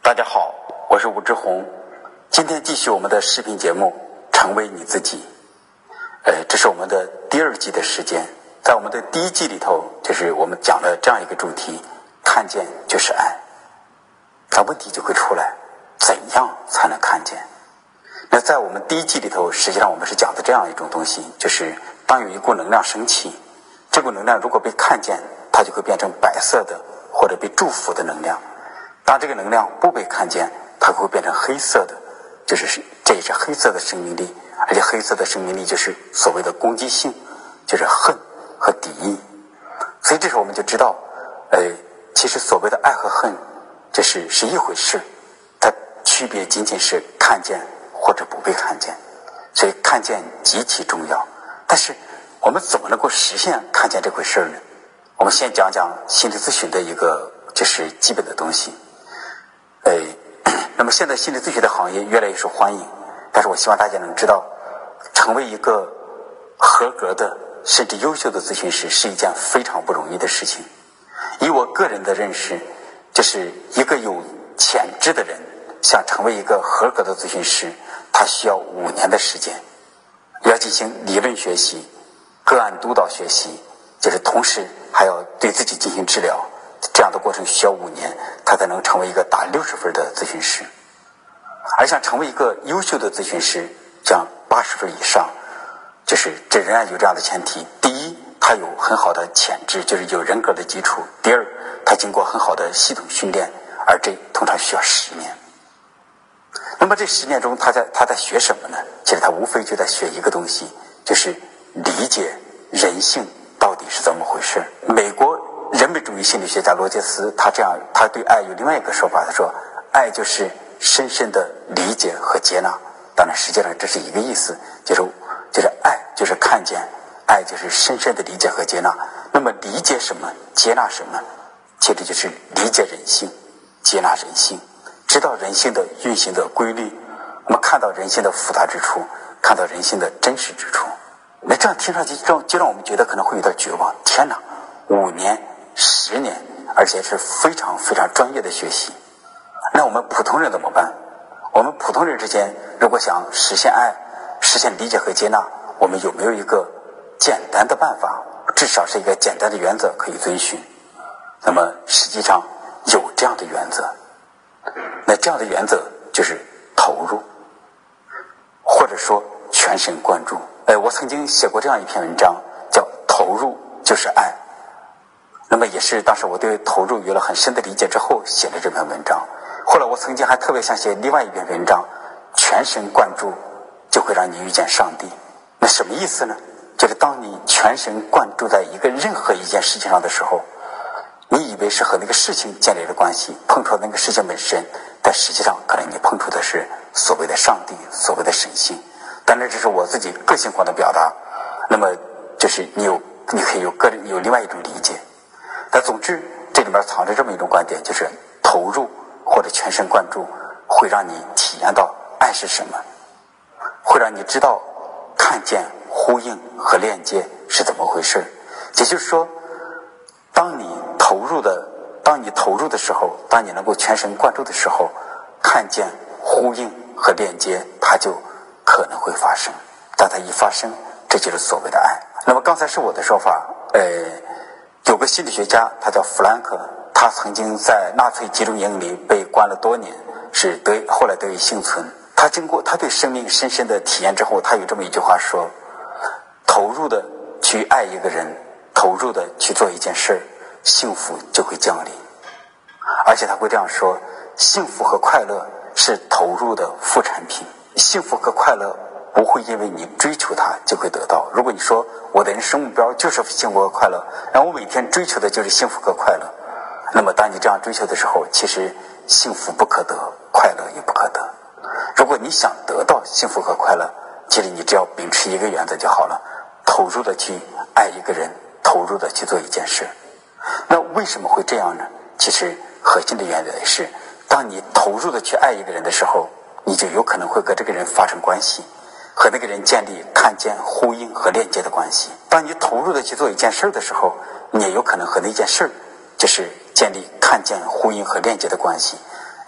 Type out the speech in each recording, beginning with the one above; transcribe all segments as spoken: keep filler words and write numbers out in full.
大家好，我是武志红，今天继续我们的视频节目成为你自己。呃，这是我们的第二季的时间。在我们的第一季里头，就是我们讲了这样一个主题，看见就是爱。那问题就会出来，怎样才能看见？那在我们第一季里头，实际上我们是讲的这样一种东西，就是当有一股能量升起，这股能量如果被看见，它就会变成白色的或者被祝福的能量。当这个能量不被看见，它会变成黑色的，就是这也是黑色的生命力，而且黑色的生命力就是所谓的攻击性，就是恨和敌意。所以这时候我们就知道，呃，其实所谓的爱和恨，这是是一回事，它区别仅仅是看见或者不被看见。所以看见极其重要，但是我们怎么能够实现看见这回事呢？我们先讲讲心理咨询的一个就是基本的东西。呃，那么现在心理咨询的行业越来越受欢迎，但是我希望大家能知道，成为一个合格的甚至优秀的咨询师是一件非常不容易的事情。以我个人的认识，就是一个有潜质的人想成为一个合格的咨询师，他需要五年的时间，要进行理论学习、个案督导学习，就是同时还要对自己进行治疗，这样的过程需要五年，他才能成为一个打六十分的咨询师。而想成为一个优秀的咨询师，像八十分以上，就是这仍然有这样的前提：第一，他有很好的潜质，就是有人格的基础；第二，他经过很好的系统训练，而这通常需要十年。那么这十年中，他在他在学什么呢？其实他无非就在学一个东西，就是理解人性到底是怎么回事。美国人本主义心理学家罗杰斯，他这样，他对爱有另外一个说法，他说，爱就是深深的理解和接纳。当然，实际上这是一个意思，就是就是爱就是看见，爱就是深深的理解和接纳。那么理解什么，接纳什么，其实就是理解人性，接纳人性，知道人性的运行的规律，我们看到人性的复杂之处，看到人性的真实之处。那这样听上去就就让我们觉得可能会有点绝望。天哪，五年、十年，而且是非常非常专业的学习。那我们普通人怎么办？我们普通人之间，如果想实现爱、实现理解和接纳，我们有没有一个简单的办法，至少是一个简单的原则可以遵循？那么实际上有这样的原则。那这样的原则就是投入，或者说全神贯注。哎，我曾经写过这样一篇文章，叫《投入就是爱》。那么也是当时我对投入有了很深的理解之后写了这篇文章。后来我曾经还特别想写另外一篇文章，全神贯注就会让你遇见上帝。那什么意思呢？就是当你全神贯注在一个任何一件事情上的时候，你以为是和那个事情建立了关系，碰触那个事情本身，但实际上可能你碰触的是所谓的上帝，所谓的神性。当然这是我自己个性化的表达，那么就是你有你可以有个人有另外一种理解。但总之这里面藏着这么一种观点，就是投入或者全神贯注会让你体验到爱是什么，会让你知道看见、呼应和链接是怎么回事。也就是说，当你投入的当你投入的时候，当你能够全神贯注的时候，看见、呼应和链接它就可能会发生。当它一发生，这就是所谓的爱。那么刚才是我的说法，呃有个心理学家，他叫弗兰克，他曾经在纳粹集中营里被关了多年，是得后来得以幸存。他经过他对生命深深的体验之后，他有这么一句话说：投入的去爱一个人，投入的去做一件事，幸福就会降临。而且他会这样说：幸福和快乐是投入的副产品，幸福和快乐不会因为你追求它就会得到。如果你说我的人生目标就是幸福和快乐，然后我每天追求的就是幸福和快乐，那么当你这样追求的时候，其实幸福不可得，快乐也不可得。如果你想得到幸福和快乐，其实你只要秉持一个原则就好了，投入的去爱一个人，投入的去做一件事。那为什么会这样呢？其实核心的原则是，当你投入的去爱一个人的时候，你就有可能会和这个人发生关系，和那个人建立看见、呼应和链接的关系。当你投入的去做一件事的时候，你也有可能和那件事就是建立看见、呼应和链接的关系。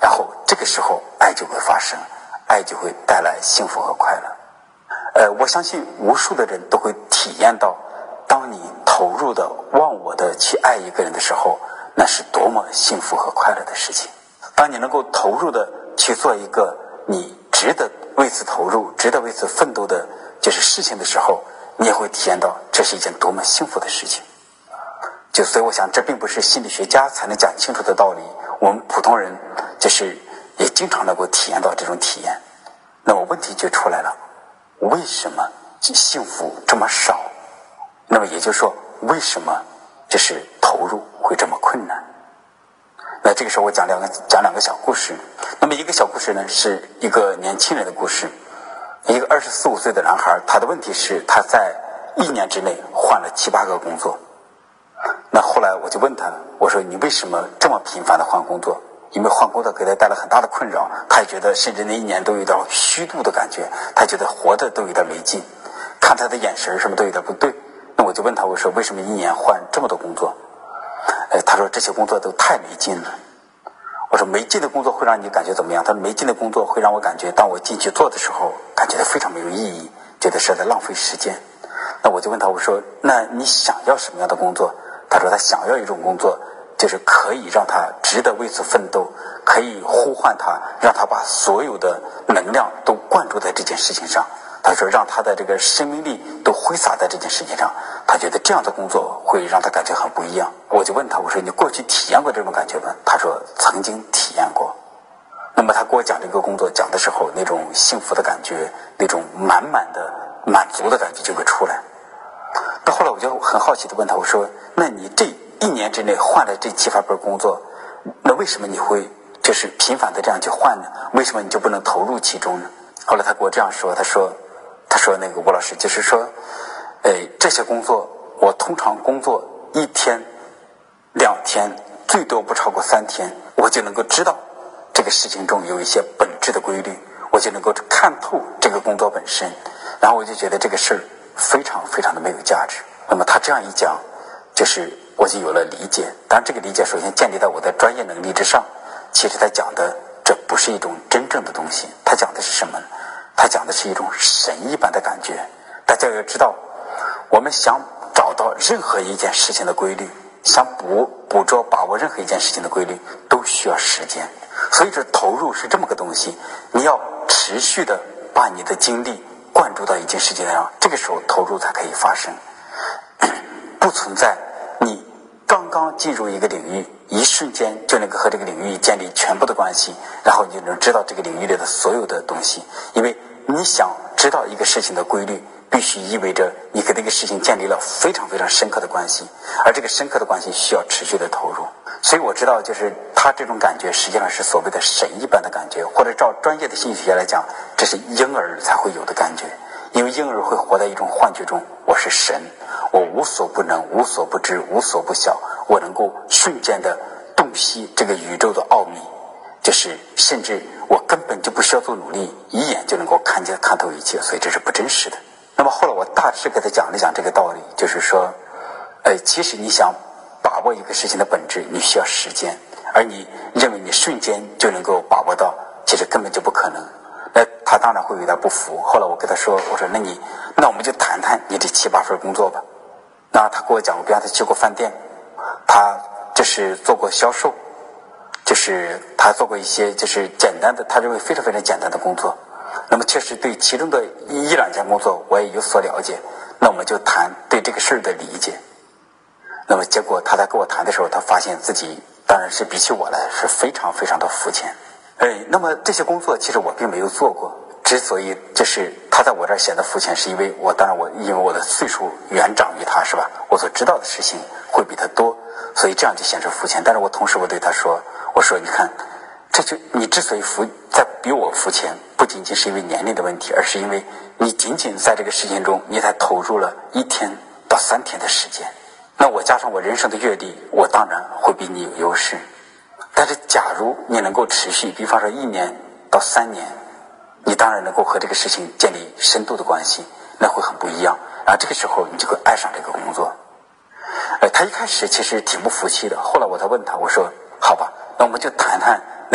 然后这个时候爱就会发生，爱就会带来幸福和快乐。呃，我相信无数的人都会体验到，当你投入的忘我的去爱一个人的时候，那是多么幸福和快乐的事情。当你能够投入的去做一个你值得为此投入、值得为此奋斗的就是事情的时候，你也会体验到这是一件多么幸福的事情。就所以我想，这并不是心理学家才能讲清楚的道理，我们普通人就是也经常能够体验到这种体验。那么问题就出来了，为什么幸福这么少？那么也就是说，为什么就是投入会这么困难？那这个时候我讲两个讲两个小故事。那么一个小故事呢，是一个年轻人的故事。一个二十四五岁的男孩，他的问题是他在一年之内换了七八个工作。那后来我就问他，我说你为什么这么频繁的换工作？因为换工作给他带来很大的困扰，他也觉得甚至那一年都有点虚度的感觉，他觉得活着都有点没劲，看他的眼神什么都有点不对。那我就问他，我说为什么一年换这么多工作？哎，他说这些工作都太没劲了。我说没劲的工作会让你感觉怎么样？他说没劲的工作会让我感觉，当我进去做的时候，感觉非常没有意义，觉得是在浪费时间。那我就问他，我说那你想要什么样的工作？他说他想要一种工作，就是可以让他值得为此奋斗，可以呼唤他，让他把所有的能量都灌注在这件事情上。他说让他的这个生命力都挥洒在这件事情上，他觉得这样的工作会让他感觉很不一样。我就问他，我说你过去体验过这种感觉吗？他说曾经体验过。那么他给我讲这个工作讲的时候，那种幸福的感觉，那种满满的满足的感觉就会出来。到后来我就很好奇的问他，我说那你这一年之内换了这七八份工作，那为什么你会就是频繁的这样去换呢？为什么你就不能投入其中呢？后来他给我这样说，他说他说那个吴老师，就是说呃，这些工作我通常工作一天两天，最多不超过三天，我就能够知道这个事情中有一些本质的规律，我就能够看透这个工作本身，然后我就觉得这个事儿非常非常的没有价值。那么他这样一讲，就是我就有了理解。当然这个理解首先建立在我的专业能力之上，其实他讲的这不是一种真正的东西，他讲的是什么呢？他讲的是一种神一般的感觉。大家要知道，我们想找到任何一件事情的规律，想捕捕捉把握任何一件事情的规律，都需要时间。所以这投入是这么个东西，你要持续的把你的精力灌注到一件事情上，这个时候投入才可以发生。不存在你刚刚进入一个领域，一瞬间就能够和这个领域建立全部的关系，然后你就能知道这个领域里的所有的东西。因为你想知道一个事情的规律，必须意味着你和这个事情建立了非常非常深刻的关系，而这个深刻的关系需要持续的投入。所以我知道，就是他这种感觉实际上是所谓的神一般的感觉，或者照专业的心理学家来讲，这是婴儿才会有的感觉。因为婴儿会活在一种幻觉中，我是神，我无所不能，无所不知，无所不晓，我能够瞬间的洞悉这个宇宙的奥秘，就是甚至我根本就不需要做努力，一眼就能够看见看透一切，所以这是不真实的。那么后来我大致给他讲了讲这个道理，就是说呃，其实你想把握一个事情的本质，你需要时间，而你认为你瞬间就能够把握到，其实根本就不可能。那他当然会有点不服。后来我跟他说，我说那你那我们就谈谈你这七八份工作吧。那他跟我讲，我比方他去过饭店，他就是做过销售，就是他做过一些就是简单的，他认为非常非常简单的工作。那么确实对其中的一两件工作我也有所了解，那我们就谈对这个事儿的理解。那么结果他在跟我谈的时候，他发现自己当然是比起我来是非常非常的肤浅。哎，那么这些工作其实我并没有做过，之所以就是他在我这儿显得肤浅，是因为我当然我因为我的岁数远长于他，是吧？我所知道的事情会比他多，所以这样就显示肤浅。但是我同时我对他说，我说你看，这就你之所以肤在比我肤浅，不仅仅是因为年龄的问题，而是因为你仅仅在这个事情中，你才投入了一天到三天的时间。那我加上我人生的阅历，我当然会比你有优势。但是假如你能够持续，比方说一年到三年，你当然能够和这个事情建立深度的关系，那会很不一样。然后这个时候你就会爱上这个工作。呃，他一开始其实挺不服气的，后来我才问他，我说好吧，那我们就谈谈那个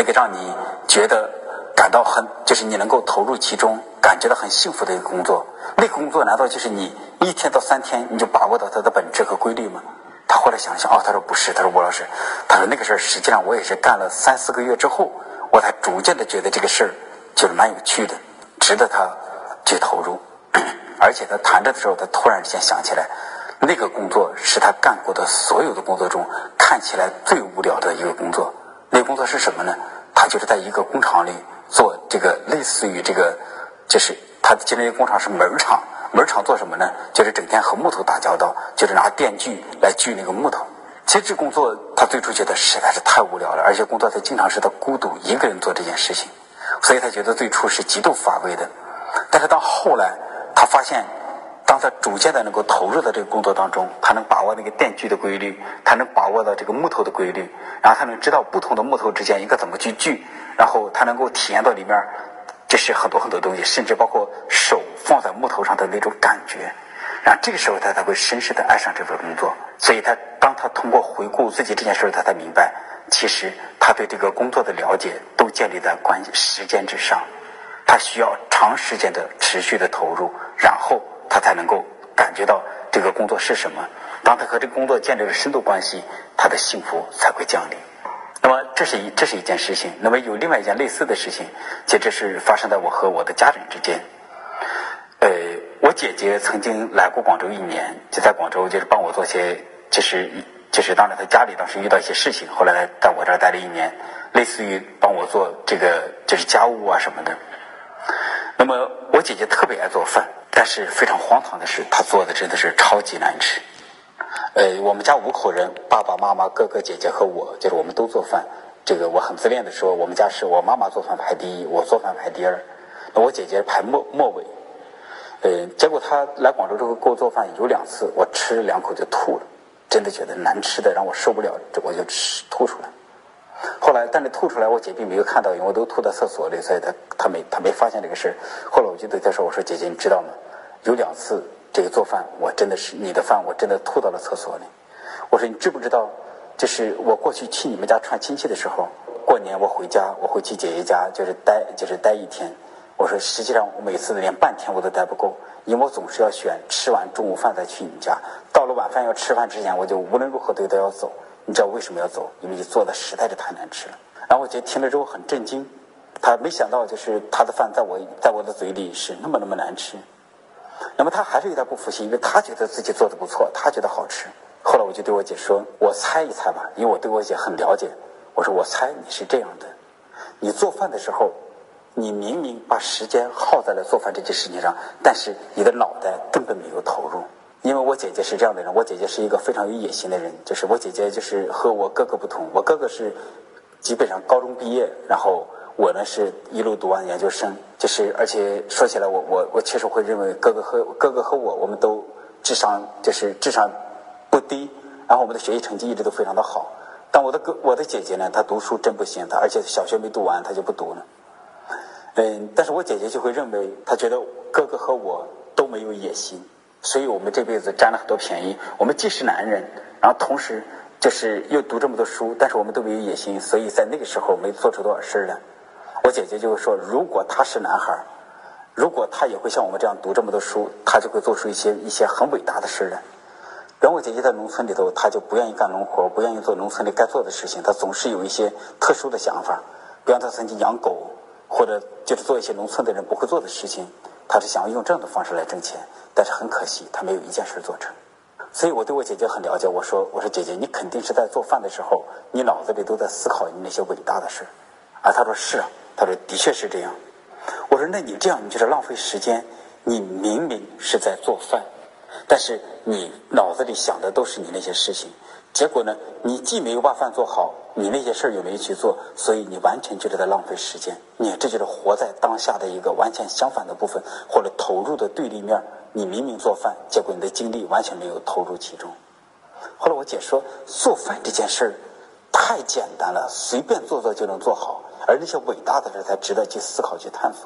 个让你觉得感到很，就是你能够投入其中，感觉到很幸福的一个工作。那个工作难道就是你一天到三天你就把握到它的本质和规律吗？他后来想一想，哦，他说不是，他说吴老师，他说那个事儿实际上我也是干了三四个月之后，我才逐渐的觉得这个事儿就是蛮有趣的，值得他去投入。而且他谈着的时候，他突然之间想起来，那个工作是他干过的所有的工作中看起来最无聊的一个工作。那个工作是什么呢？他就是在一个工厂里做这个类似于这个，就是他进了一个工厂是门厂，门厂做什么呢？就是整天和木头打交道，就是拿电锯来锯那个木头。其实这工作他最初觉得实在是太无聊了，而且工作他经常是他孤独一个人做这件事情，所以他觉得最初是极度乏味的。但是到后来他发现，当他逐渐的能够投入到这个工作当中，他能把握那个电锯的规律，他能把握到这个木头的规律，然后他能知道不同的木头之间应该怎么去锯，然后他能够体验到里面就是很多很多东西，甚至包括手放在木头上的那种感觉。然后这个时候他才会深深的爱上这份工作。所以他当他通过回顾自己这件事，他才明白，其实他对这个工作的了解都建立在关时间之上，他需要长时间的持续的投入，然后他才能够感觉到这个工作是什么。当他和这个工作建立了深度关系，他的幸福才会降临。那么这是一这是一件事情。那么有另外一件类似的事情，其实这是发生在我和我的家人之间。呃，我姐姐曾经来过广州一年，就在广州就是帮我做些，就是就是当然她家里当时遇到一些事情，后来在我这儿待了一年，类似于帮我做这个就是家务啊什么的。那么我姐姐特别爱做饭，但是非常荒唐的是，她做的真的是超级难吃。呃，我们家五口人，爸爸妈妈、哥哥姐姐和我，就是我们都做饭。这个我很自恋的说，我们家是我妈妈做饭排第一，我做饭排第二，那我姐姐排末末尾。呃，结果她来广州之后给我做饭有两次，我吃两口就吐了，真的觉得难吃的让我受不了，我就吃吐出来。后来，但是吐出来，我姐并没有看到，因为我都吐在厕所里，所以她她没她没发现这个事。后来我就对她说：“我说姐姐，你知道吗？有两次这个做饭，我真的是你的饭，我真的吐到了厕所里。我说你知不知道？就是我过去去你们家串亲戚的时候，过年我回家，我会去姐姐家，就是待就是待一天。我说实际上我每次连半天我都待不够，因为我总是要选吃完中午饭再去你家，到了晚饭要吃饭之前，我就无论如何都都要走。你知道为什么要走？因为你做的实在是太难吃了。”然后我姐听了之后很震惊，她没想到就是她的饭在我在我的嘴里是那么那么难吃。那么她还是有点不服气，因为她觉得自己做的不错，她觉得好吃。后来我就对我姐说：“我猜一猜吧，因为我对我姐很了解。我说我猜你是这样的，你做饭的时候，你明明把时间耗在了做饭这件事情上，但是你的脑袋根本没有投入。”因为我姐姐是这样的人，我姐姐是一个非常有野心的人，就是我姐姐就是和我哥哥不同，我哥哥是基本上高中毕业，然后我呢是一路读完研究生，就是而且说起来我我我确实会认为哥哥和哥哥和我我们都智商就是智商不低，然后我们的学习成绩一直都非常的好。但我的哥我的姐姐呢，她读书真不行，她而且小学没读完她就不读了。嗯，但是我姐姐就会认为，她觉得哥哥和我都没有野心，所以我们这辈子占了很多便宜。我们既是男人，然后同时就是又读这么多书，但是我们都没有野心，所以在那个时候没做出多少事来。我姐姐就会说，如果他是男孩，如果他也会像我们这样读这么多书，他就会做出一些一些很伟大的事来。然后我姐姐在农村里头，她就不愿意干农活，不愿意做农村里该做的事情，她总是有一些特殊的想法。比方她曾经养狗，或者就是做一些农村的人不会做的事情，她是想要用这样的方式来挣钱。但是很可惜，她没有一件事做成。所以我对我姐姐很了解，我说我说姐姐，你肯定是在做饭的时候，你脑子里都在思考你那些伟大的事。啊，她说是啊，她说的确是这样。我说那你这样你就是浪费时间，你明明是在做饭，但是你脑子里想的都是你那些事情，结果呢，你既没有把饭做好，你那些事儿也没去做，所以你完全就是在浪费时间。你这就是活在当下的一个完全相反的部分，或者投入的对立面。你明明做饭，结果你的精力完全没有投入其中。后来我姐说，做饭这件事儿太简单了，随便做做就能做好，而那些伟大的事才值得去思考去探索。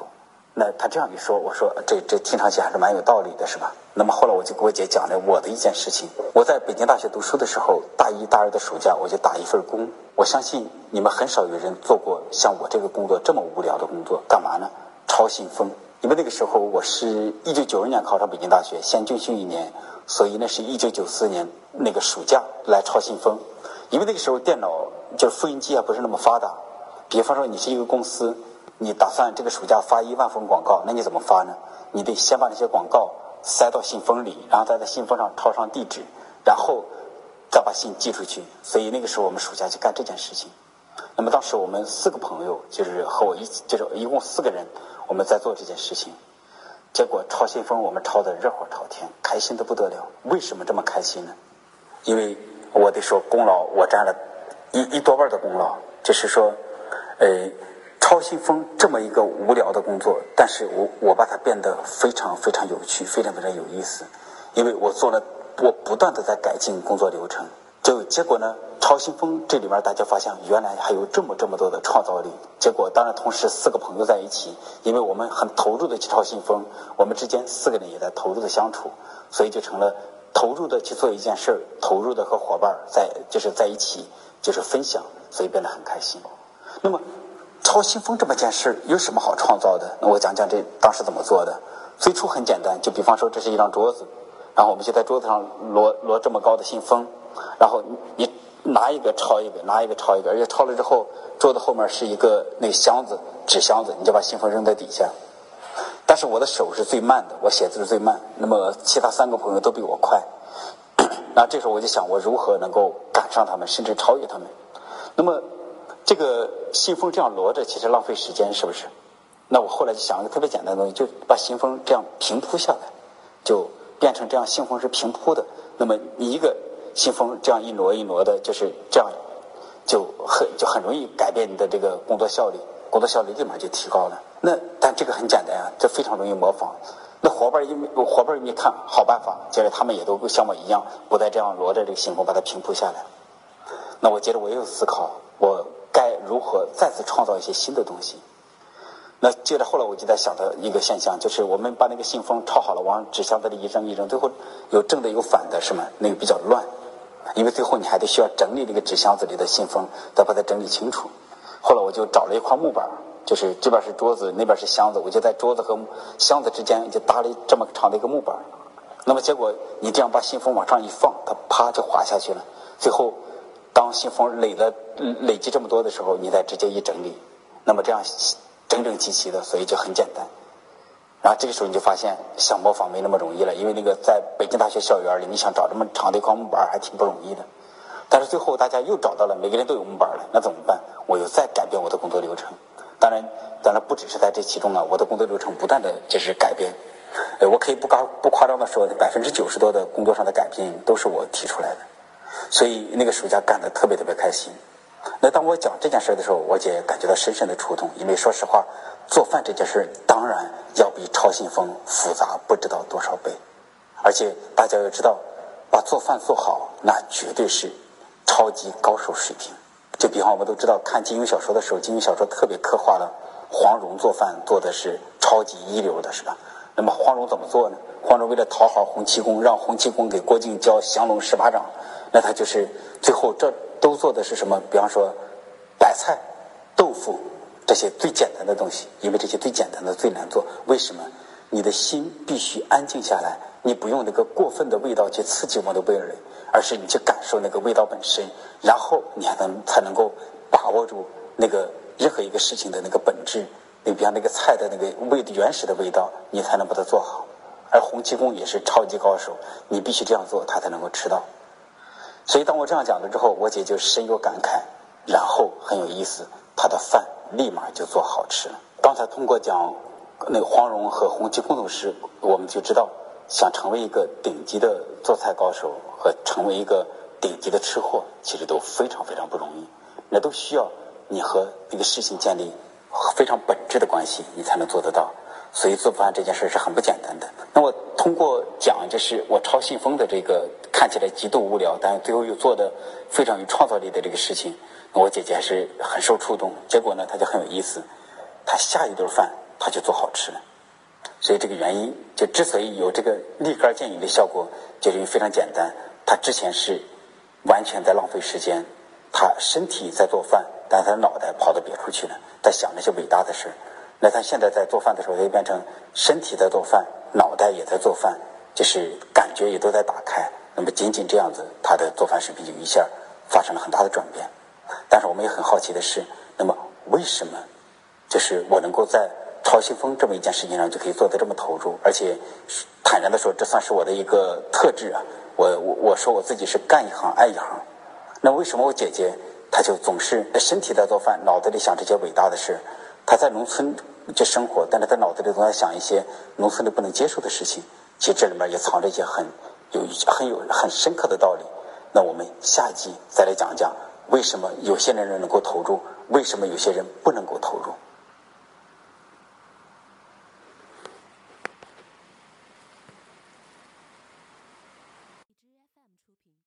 那他这样一说，我说这这听上去还是蛮有道理的，是吧？那么后来我就给我姐讲了我的一件事情。我在北京大学读书的时候，大一大二的暑假我就打一份工。我相信你们很少有人做过像我这个工作这么无聊的工作。干嘛呢？抄信封。因为那个时候我是一九九二年考上北京大学，先军训一年，所以那是一九九四年那个暑假来抄信封。因为那个时候电脑就是复印机还不是那么发达。比方说你是一个公司，你打算这个暑假发一万封广告，那你怎么发呢？你得先把那些广告塞到信封里，然后再在信封上抄上地址，然后再把信寄出去。所以那个时候我们暑假就干这件事情。那么当时我们四个朋友，就是和我一起，就是一共四个人，我们在做这件事情。结果抄信封我们抄得热火朝天，开心得不得了。为什么这么开心呢？因为我得说功劳我占了一一多半的功劳，就是说呃抄信封这么一个无聊的工作，但是我我把它变得非常非常有趣，非常非常有意思。因为我做了，我不断的在改进工作流程。就结果呢，抄信封这里面大家发现原来还有这么这么多的创造力。结果当然同时四个朋友在一起，因为我们很投入的去抄信封，我们之间四个人也在投入的相处，所以就成了投入的去做一件事儿，投入的和伙伴在就是在一起就是分享，所以变得很开心。那么抄信封这么件事有什么好创造的？那我讲讲这当时怎么做的。最初很简单，就比方说这是一张桌子，然后我们就在桌子上摞摞这么高的信封，然后你拿一个抄一个，拿一个抄一个，而且抄了之后，桌子后面是一个那个箱子，纸箱子，你就把信封扔在底下。但是我的手是最慢的，我写字是最慢，那么其他三个朋友都比我快。那这时候我就想，我如何能够赶上他们，甚至超越他们？那么这个信封这样摞着，其实浪费时间，是不是？那我后来就想了一个特别简单的东西，就把信封这样平铺下来，就变成这样，信封是平铺的。那么你一个信封这样一摞一摞的，就是这样，就很就很容易改变你的这个工作效率，工作效率立马就提高了。那但这个很简单啊，这非常容易模仿。那伙伴一伙伴一看好办法，接着他们也都像我一样，不再这样摞着这个信封把它平铺下来。那我接着我又思考，我该如何再次创造一些新的东西。那接着后来我就在想的一个现象，就是我们把那个信封抄好了，往纸箱子里一扔一扔，最后有正的有反的，是吗？那个比较乱，因为最后你还得需要整理那个纸箱子里的信封，再把它整理清楚。后来我就找了一块木板，就是这边是桌子，那边是箱子，我就在桌子和箱子之间就搭了这么长的一个木板。那么结果你这样把信封往上一放，它啪就滑下去了。最后当信封累了累积这么多的时候，你再直接一整理，那么这样整整齐齐的，所以就很简单。然后这个时候你就发现想模仿没那么容易了，因为那个在北京大学校园里，你想找这么长的一块木板还挺不容易的。但是最后大家又找到了，每个人都有木板了，那怎么办？我又再改变我的工作流程。当然当然不只是在这其中啊，我的工作流程不断的就是改变。呃，我可以不夸不夸张的说，百分之九十多的工作上的改变都是我提出来的。所以那个暑假干得特别特别开心。那当我讲这件事的时候，我姐感觉到深深的触动，因为说实话，做饭这件事当然要比抄信封复杂不知道多少倍。而且大家要知道，把做饭做好，那绝对是超级高手水平。就比方我们都知道，看金庸小说的时候，金庸小说特别刻画了黄蓉做饭做的是超级一流的，是吧？那么黄蓉怎么做呢？黄蓉为了讨好洪七公，让洪七公给郭靖教降龙十八掌，那他就是最后这都做的是什么？比方说白菜、豆腐这些最简单的东西，因为这些最简单的最难做。为什么？你的心必须安静下来，你不用那个过分的味道去刺激我们的味蕾，而是你去感受那个味道本身，然后你还能才能够把握住那个任何一个事情的那个本质。你比方那个菜的那个味原始的味道，你才能把它做好。而洪七公也是超级高手，你必须这样做，他才能够吃到。所以当我这样讲了之后，我姐就深有感慨，然后很有意思，她的饭立马就做好吃了。刚才通过讲那个黄蓉和洪七公的事，我们就知道，想成为一个顶级的做菜高手和成为一个顶级的吃货，其实都非常非常不容易，那都需要你和那个事情建立非常本质的关系，你才能做得到。所以做饭这件事是很不简单的。那我通过讲就是我抄信封的这个看起来极度无聊，但最后又做的非常有创造力的这个事情，我姐姐还是很受触动。结果呢，她就很有意思，她下一顿饭她就做好吃了。 所以这个原因就之所以有这个立竿见影的效果，就是因为非常简单，他之前是完全在浪费时间，他身体在做饭，但他脑袋跑到别处去了，在想那些伟大的事。那他现在在做饭的时候，就变成身体在做饭，脑袋也在做饭，就是感觉也都在打开。那么仅仅这样子，他的做饭水平就一下发生了很大的转变。但是我们也很好奇的是，那么为什么就是我能够在超新风这么一件事情上就可以做得这么投入，而且坦然的说，这算是我的一个特质啊。我我我说我自己是干一行爱一行。那为什么我姐姐她就总是身体在做饭，脑子里想这些伟大的事？她在农村就生活，但是她脑子里总在想一些农村里不能接受的事情。其实这里面也藏着一些很有很有很深刻的道理。那我们下一集再来讲讲为什么有些人能够投入，为什么有些人不能够投入。